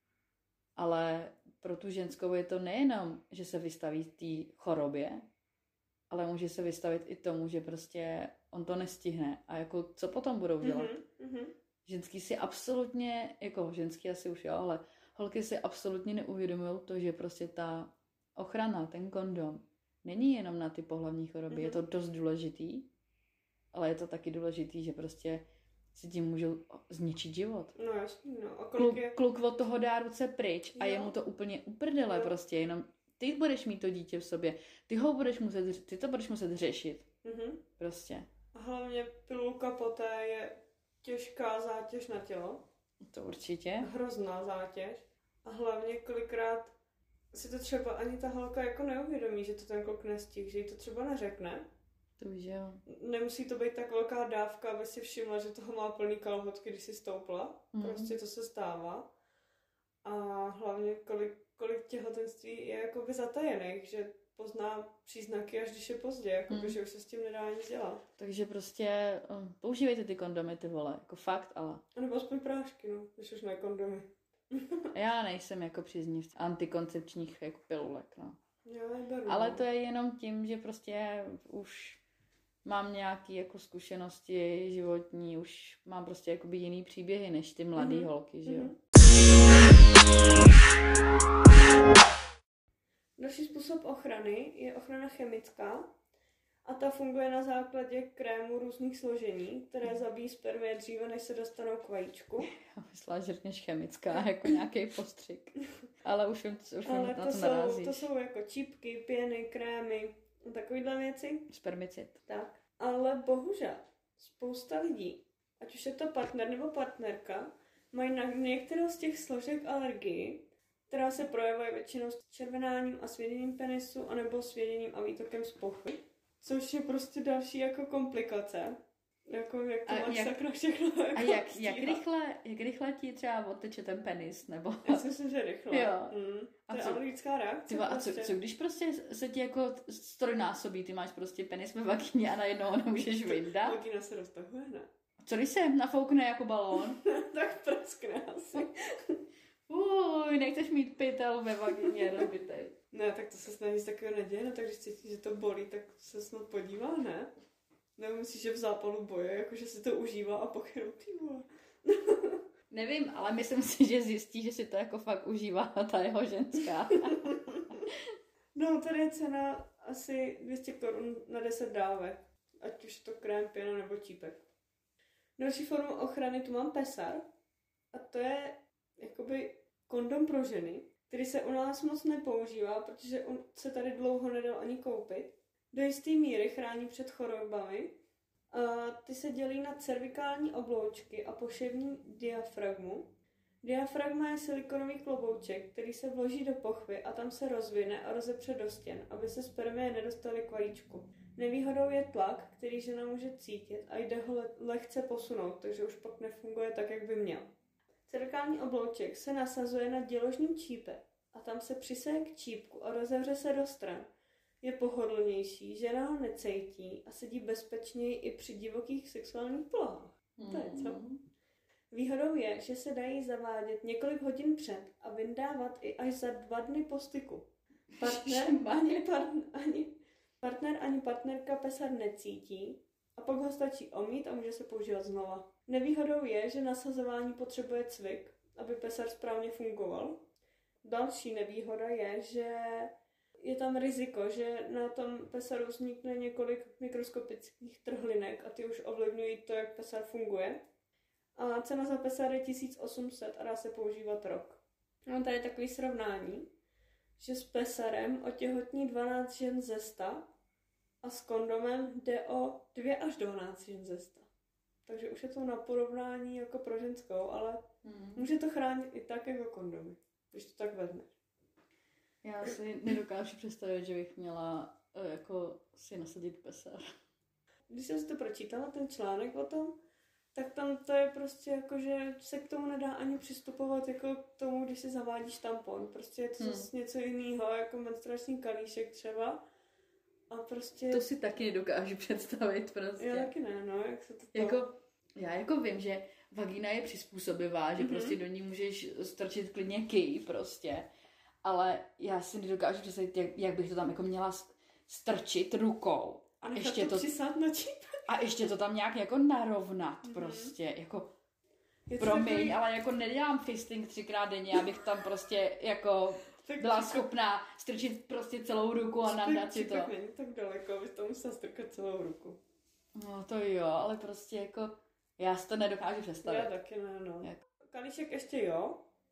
Ale pro tu ženskou je to nejenom, že se vystaví té chorobě, ale může se vystavit i tomu, že prostě on to nestihne. A jako co potom budou dělat? Ženský si absolutně, jako ženský asi už jo, ale holky si absolutně neuvědomují to, že prostě ta ochrana, ten kondom, není jenom na ty pohlavní choroby. Je to dost důležitý, ale je to taky důležitý, že prostě si tím můžou zničit život. No jasný, no. A kluk od toho dá ruce pryč a je mu to úplně uprdele prostě, jenom ty budeš mít to dítě v sobě, ty to budeš muset řešit. Prostě. A hlavně pilulka poté je těžká zátěž na tělo. To určitě. Hrozná zátěž. A hlavně kolikrát si to třeba ani ta holka jako neuvědomí, že to ten kluk nestihl, že jí to třeba neřekne. To už jo. Nemusí to být tak velká dávka, aby si všimla, že toho má plný kalhotky, když si stoupla. Prostě to se stává. A hlavně kolik těhotenství je jakoby zatajených, že pozná příznaky, až když je pozdě, jakoby, že už se s tím nedá nic dělat. Takže prostě používejte ty kondomy, ty vole, jako fakt, ale... A nebo aspoň prášky, no, když už ne kondomy. Já nejsem jako příznivce antikoncepčních jako pilulek, no. Já neberu, ale to je jenom tím, že prostě už mám nějaké jako zkušenosti životní, už mám prostě jakoby jiný příběhy než ty mladý holky, že jo. Další způsob ochrany je ochrana chemická a ta funguje na základě krému různých složení, které zabíjí spermie dříve, než se dostanou k vajíčku. Já myslela, že řekneš chemická, jako nějaký postřik. Ale už vím, ale na to narazíš. To jsou jako čípky, pěny, krémy a takovýhle věci. Spermicid. Tak. Ale bohužel spousta lidí, ať už je to partner nebo partnerka, mají na některou z těch složek alergii, která se projevuje většinou s červenáním a svěděním penisu, anebo svěděním a výtokem z pochvy. Což je prostě další jako komplikace. Jako jak to máš sakra všechno jako a jak rychle ti třeba odteče ten penis, nebo... Já si myslím, že rychle. Jo. To je alergická reakce. Tyba, prostě. A co když prostě se ti jako strojnásobí, ty máš prostě penis ve vagině a najednou ho nemůžeš vyndat? Vagina se roztahuje, ne? Co když se nafoukne jako balón? Tak praskne asi. Nechceš mít pytel ve vagině rozbitej. Ne, tak to se snad nic takového neděje, no tak když cítíš, že to bolí, tak se snad podívá, ne? Nebo myslíš, že v zápalu boje, jakože si to užívá a pak jenom ty vole. Nevím, ale myslím si, že zjistí, že si to jako fakt užívá ta jeho ženská. No, tady je cena asi 200 korun na 10 dávek. Ať už to krém, pěna nebo čípek. Další formu ochrany tu mám Pesar. A to je jakoby kondom pro ženy, který se u nás moc nepoužívá, protože on se tady dlouho nedal ani koupit. Do jisté míry chrání před chorobami. A ty se dělí na cervikální obloučky a poševní diafragmu. Diafragma je silikonový klobouček, který se vloží do pochvy a tam se rozvine a rozepře do stěn, aby se spermie nedostaly k vajíčku. Nevýhodou je tlak, který žena může cítit a jde ho lehce posunout, takže už pak nefunguje tak, jak by měl. Cervikální oblouček se nasazuje na děložním čípe a tam se přiseje k čípku a rozevře se do stran. Je pohodlnější, žena ho necítí a sedí bezpečněji i při divokých sexuálních polohách. To je co? Výhodou je, že se dají zavádět několik hodin před a vyndávat i až za 2 dny po styku. Partner ani partnerka Pesar necítí a pak ho stačí omýt a může se používat znova. Nevýhodou je, že nasazování potřebuje cvik, aby Pesar správně fungoval. Další nevýhoda je, že je tam riziko, že na tom pesaru vznikne několik mikroskopických trhlinek a ty už ovlivňují to, jak pesar funguje. A cena za pesar je 1800 a dá se používat rok. Mám tady takový srovnání, že s pesarem otěhotní 12 žen ze 100 a s kondomem jde o 2 až 12 žen ze 100. Takže už je to na porovnání jako pro ženskou, ale může to chránit i tak jako kondomy, když to tak vezmeš. Já si nedokážu představit, že bych měla jako si nasadit pesar. Když jsem si to pročítala, ten článek o tom, tak tam to je prostě jako, že se k tomu nedá ani přistupovat jako k tomu, když si zavádíš tampon. Prostě je to zase něco jiného, jako menstruační kalíšek třeba. A prostě... To si taky nedokážu představit prostě. Já taky ne, no, jak se to... Já jako vím, že vagína je přizpůsobivá, že prostě do ní můžeš strčit klidně kij prostě. Ale já si nedokážu představit, jak bych to tam jako měla strčit rukou. A nechat to přisát na číp. A ještě to tam nějak jako narovnat prostě, jako promiň, takový... ale jako nedělám fisting 3x denně, abych tam prostě jako byla schopná strčit prostě celou ruku a nandat si to. Tak není tak daleko, abys to musela strkat celou ruku. No to jo, ale prostě jako já si to nedokážu představit. Já taky ne, no. Kalíšek ještě jo,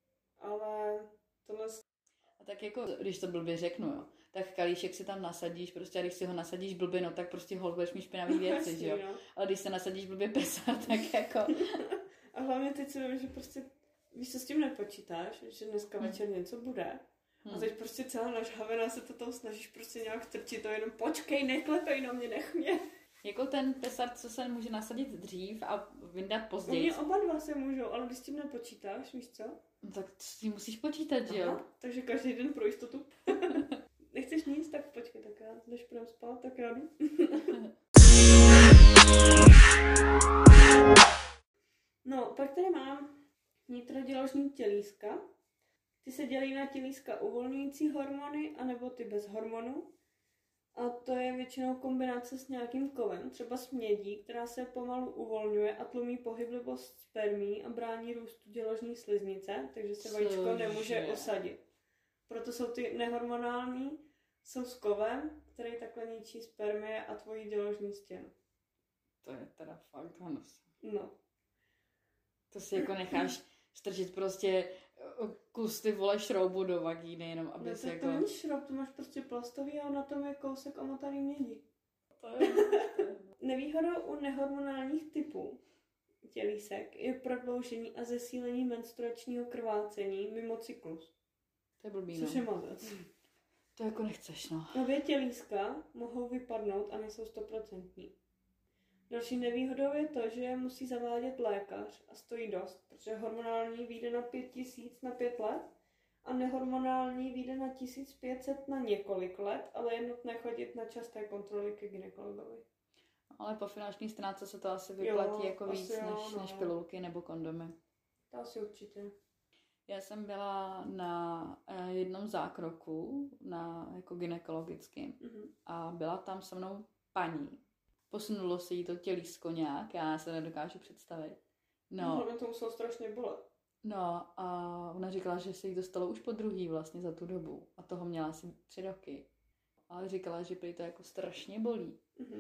ale tohle... A tak jako, když to blbě řeknu, jo, tak kalíšek si tam nasadíš, prostě a když si ho nasadíš blbě, no tak prostě holt budeš mít špinavý věci, že jo. No. Ale když se nasadíš blbě pesar, tak jako... A hlavně teď si vím, že prostě, víš, co s tím nepočítáš, že dneska večer něco bude. A teď prostě celá nažhavená se to tam snažíš prostě nějak strčit, to jenom počkej, neklepej na mě, nech mě. Jako ten pesar, co se může nasadit dřív a vyndat později. Oni oba dva se můžou, ale když s tím nepočítáš, víš co? No tak s tím musíš počítat, že jo? Takže každý den pro jistotu. Nechceš nic, tak počkej, tak já, než půjdem spát, tak já jdu. No, pak tady mám nitroděložní tělíska. Ty se dělí na tělíska uvolňující hormony, anebo ty bez hormonů. A to je většinou kombinace s nějakým kovem, třeba s mědí, která se pomalu uvolňuje a tlumí pohyblivost spermí a brání růstu děložní sliznice, takže se vajíčko nemůže osadit. Proto jsou ty nehormonální, jsou s kovem, který takhle ničí spermie a tvoji děložní stěnu. To je teda fakt hnus. No. To si jako necháš strčit prostě kus ty vole šroubu do vagíny, jenom aby no, si jako... to není šroub, to máš prostě plastový a na tom je kousek omotaný mědi. To je... Nevýhodou u nehormonálních typů tělísek je prodloužení a zesílení menstruačního krvácení mimo cyklus. To je blbý, což je mazec. To jako nechceš, no. Nově tělíska mohou vypadnout a nejsou 100%. Další nevýhodou je to, že je musí zavádět lékař a stojí dost, protože hormonální vyjde na 5000 na 5 let a nehormonální vyjde na 1500 na několik let, ale je nutné chodit na časté kontroly ke gynekologovi. Ale po finanční stránce se to asi vyplatí jako víc než pilulky nebo kondomy. To asi určitě. Já jsem byla na jednom zákroku, jako gynekologickým, a byla tam se mnou paní. Posunulo se jí to tělísko nějak, já se nedokážu představit. No, to muselo strašně bolet. No a ona říkala, že se jí to stalo už po druhý vlastně za tu dobu. A toho měla asi 3 roky. Ale říkala, že prý to jako strašně bolí.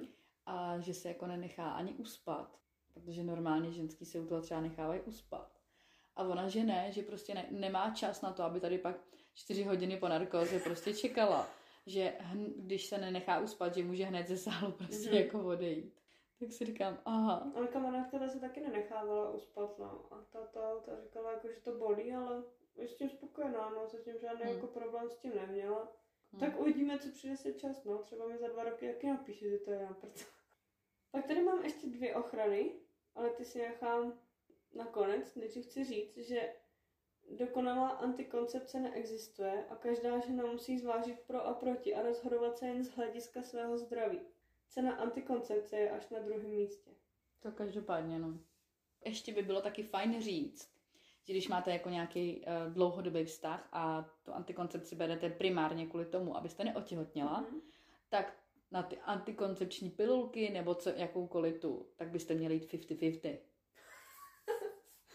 A že se jako nenechá ani uspat. Protože normálně ženský se u toho třeba nechávají uspat. A ona, že ne, že prostě nemá čas na to, aby tady pak 4 hodiny po narkóze prostě čekala. Že když se nenechá uspat, že může hned ze sálu prostě jako odejít. Tak si říkám, aha. Ale kamarádka ta se taky nenechávala uspat, no. A ta říkala, jako, že to bolí, ale je s tím spokojená, no. Zatím žádný jako problém s tím neměla. Tak uvidíme, co přinese čas, no. Třeba mi za 2 roky jaký napíše, že to je na prd. Pak tady mám ještě 2 ochrany, ale ty si nechám nakonec. Nejdřív chci říct, že dokonalá antikoncepce neexistuje a každá žena musí zvážit pro a proti a rozhodovat se jen z hlediska svého zdraví. Cena antikoncepce je až na 2. místě. To každopádně, no. Ještě by bylo taky fajn říct, že když máte jako nějaký dlouhodobý vztah a tu antikoncepci berete primárně kvůli tomu, abyste neotěhotněla, tak na ty antikoncepční pilulky nebo jakoukoliv tu, tak byste měli jít 50-50.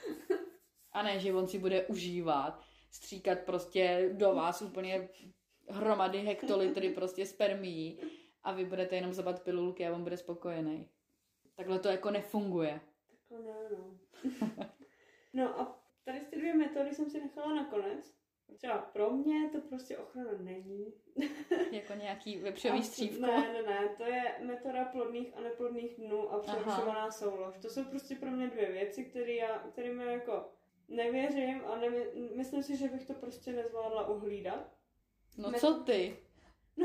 A ne, že on si bude užívat, stříkat prostě do vás úplně hromady hektolitry prostě spermií a vy budete jenom zabat pilulky a on bude spokojený. Takhle to jako nefunguje. Takhle ne, no. No a tady ty 2 metody jsem si nechala nakonec. Třeba pro mě to prostě ochrana není. Jako nějaký vepřový střívko. Ne, to je metoda plodných a neplodných dnů a přerušovaná soulož. To jsou prostě pro mě 2 věci, kterým já jako nevěřím a myslím si, že bych to prostě nezvládla uhlídat. No co ty? No,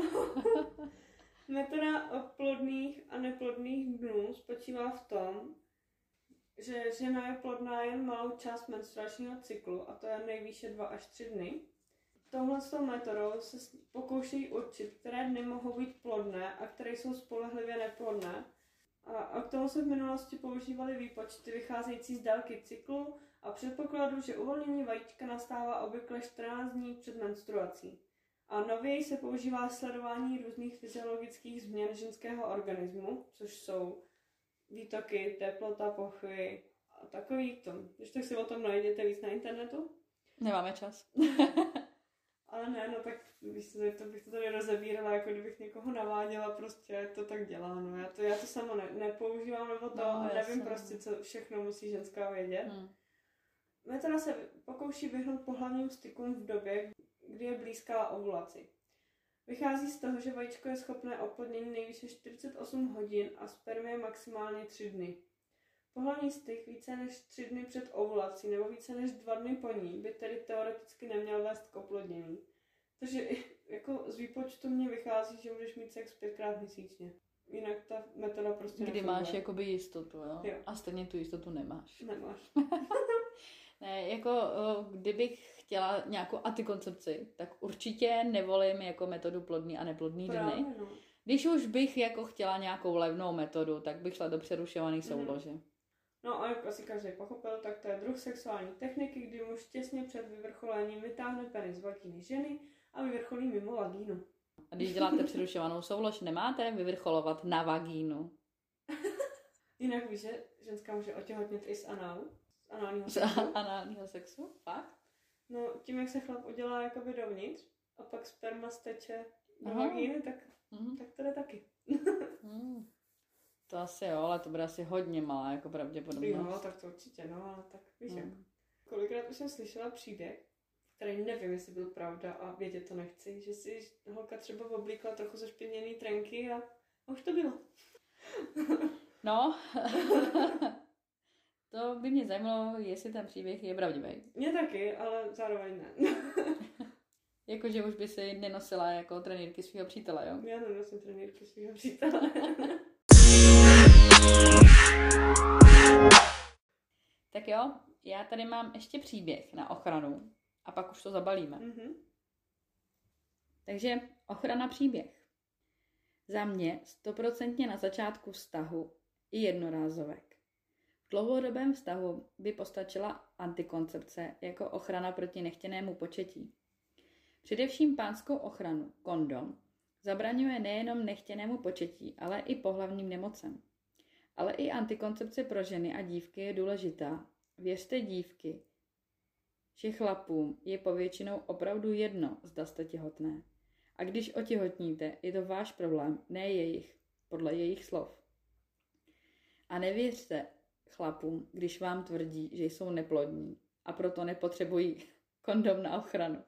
metoda plodných a neplodných dnů spočívá v tom, že žena je plodná jen malou část menstruačního cyklu a to je nejvýše 2 až 3 dny. Touhletou metodou se pokoušejí určit, které dny mohou být plodné a které jsou spolehlivě neplodné. A k tomu se v minulosti používaly výpočty vycházející z délky cyklu a předpokladu, že uvolnění vajíčka nastává obvykle 14 dní před menstruací. A nověji se používá sledování různých fyziologických změn ženského organismu, což jsou výtoky, teplota, pochvy a takový to. Když tak si o tom najděte víc na internetu. Nemáme čas. Ale ne, no tak víš, to bych to tady rozebírala, jako kdybych někoho naváděla, prostě to tak dělá, no. Já to sama nepoužívám, nebo to a nevím prostě, co všechno musí ženská vědět. Metoda se pokouší vyhnout pohlavním stykům v době, kdy je blízká ovulaci. Vychází z toho, že vajíčko je schopné oplodnění nejvýše 48 hodin a spermie maximálně 3 dny. Pohlavní styk více než 3 dny před ovulací nebo více než 2 dny po ní by tedy teoreticky neměl vést k oplodnění. Takže jako z výpočtu mě vychází, že můžeš mít sex 5krát měsíčně. Jinak ta metoda prostě kdy nefunguje. Máš jakoby jistotu, jo? A stejně tu jistotu nemáš. Nemáš. Ne, jako kdybych chtěla nějakou antikoncepci, tak určitě nevolím jako metodu plodný a neplodný dny. No. Když už bych jako chtěla nějakou levnou metodu, tak bych šla do přerušované soulože. No a jak asi každý pochopil, tak to je druh sexuální techniky, kdy muž těsně před vyvrcholením vytáhne penis z vagíny ženy a vyvrcholí mimo vagínu. A když děláte přerušovanou soulož, nemáte vyvrcholovat na vagínu. Jinak víš, že ženská může otěhotnět i z análu. Análního sexu? Fakt? No, tím, jak se chlap udělá jakoby dovnitř a pak sperma steče do vagíny, tak to jde taky. To asi jo, ale to bude asi hodně malá jako pravděpodobnost. Jo, tak to určitě, no, ale tak víš jak. Kolikrát už jsem slyšela příběh, který nevím, jestli byl pravda a vědět to nechci, že si holka třeba oblíkla trochu zašpiněný trenky a už to bylo. No, to by mě zajímalo, jestli ten příběh je pravdivý. Mě taky, ale zároveň ne. Jakože už by si nenosila jako trenýrky svého přítele, jo? Já nenosím trenýrky svého přítele. Tak jo, já tady mám ještě příběh na ochranu a pak už to zabalíme. Takže ochrana příběh. Za mě 100% na začátku vztahu i jednorázovek. V dlouhodobém vztahu by postačila antikoncepce jako ochrana proti nechtěnému početí. Především pánskou ochranu, kondom, zabraňuje nejenom nechtěnému početí, ale i pohlavním nemocem. Ale i antikoncepce pro ženy a dívky je důležitá. Věřte dívky, že chlapům je povětšinou opravdu jedno, zda jste těhotné. A když otěhotníte, je to váš problém, ne jejich, podle jejich slov. A nevěřte chlapům, když vám tvrdí, že jsou neplodní a proto nepotřebují kondom na ochranu.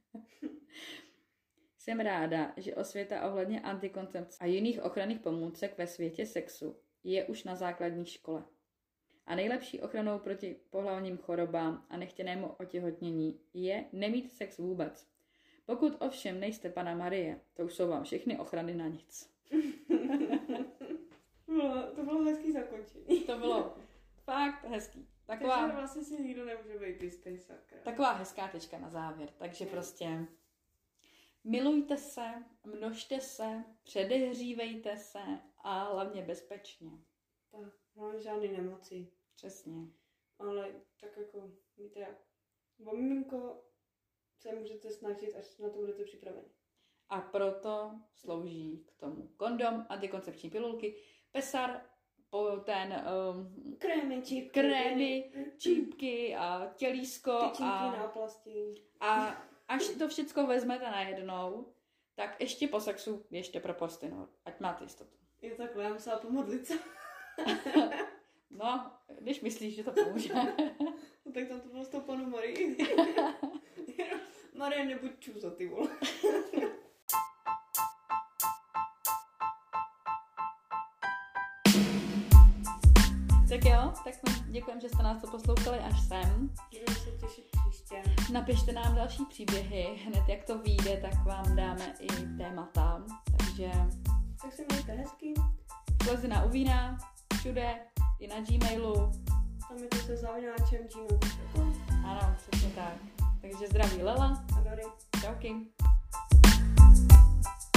Jsem ráda, že osvěta ohledně antikoncepce a jiných ochranných pomůcek ve světě sexu je už na základní škole. A nejlepší ochranou proti pohlavním chorobám a nechtěnému otěhotnění je nemít sex vůbec. Pokud ovšem nejste Panna Marie, to už jsou vám všechny ochrany na nic. To bylo hezký zakončení. To bylo fakt hezký. Takže vlastně si nikdo nemůže být jistý, sakra. Taková hezká tečka na závěr. Takže prostě milujte se, množte se, předehřívejte se a hlavně bezpečně. Tak, hlavně žádný nemocí. Přesně. Ale tak jako, víte jak, o miminko se můžete snažit, až na to budete připraveni. A proto slouží k tomu kondom, antikoncepční pilulky, pesar, krémy, čípky a tělísko tyčinky na oplasti. A až to všecko vezmete najednou, Tak ještě po sexu běžte pro posty, no. Ať máte jistotu. Je takhle, já musela pomodlit se. No, když myslíš, že to pomůže. No, tak tam to bylo s tou panu Marii. Marie, nebuď čůza, ty vole. Tak jo, tak děkujeme, že jste nás to poslouchali až sem. Budeme se těšit příště. Napište nám další příběhy, hned jak to vyjde, tak vám dáme i témata. Takže Tak se mějte hezky. Slezina u vína, všude, i na Gmailu. Tam je to se zavináčem gmail.com. Ano, přesně tak. Takže zdraví Lela. A Dory. Čauky.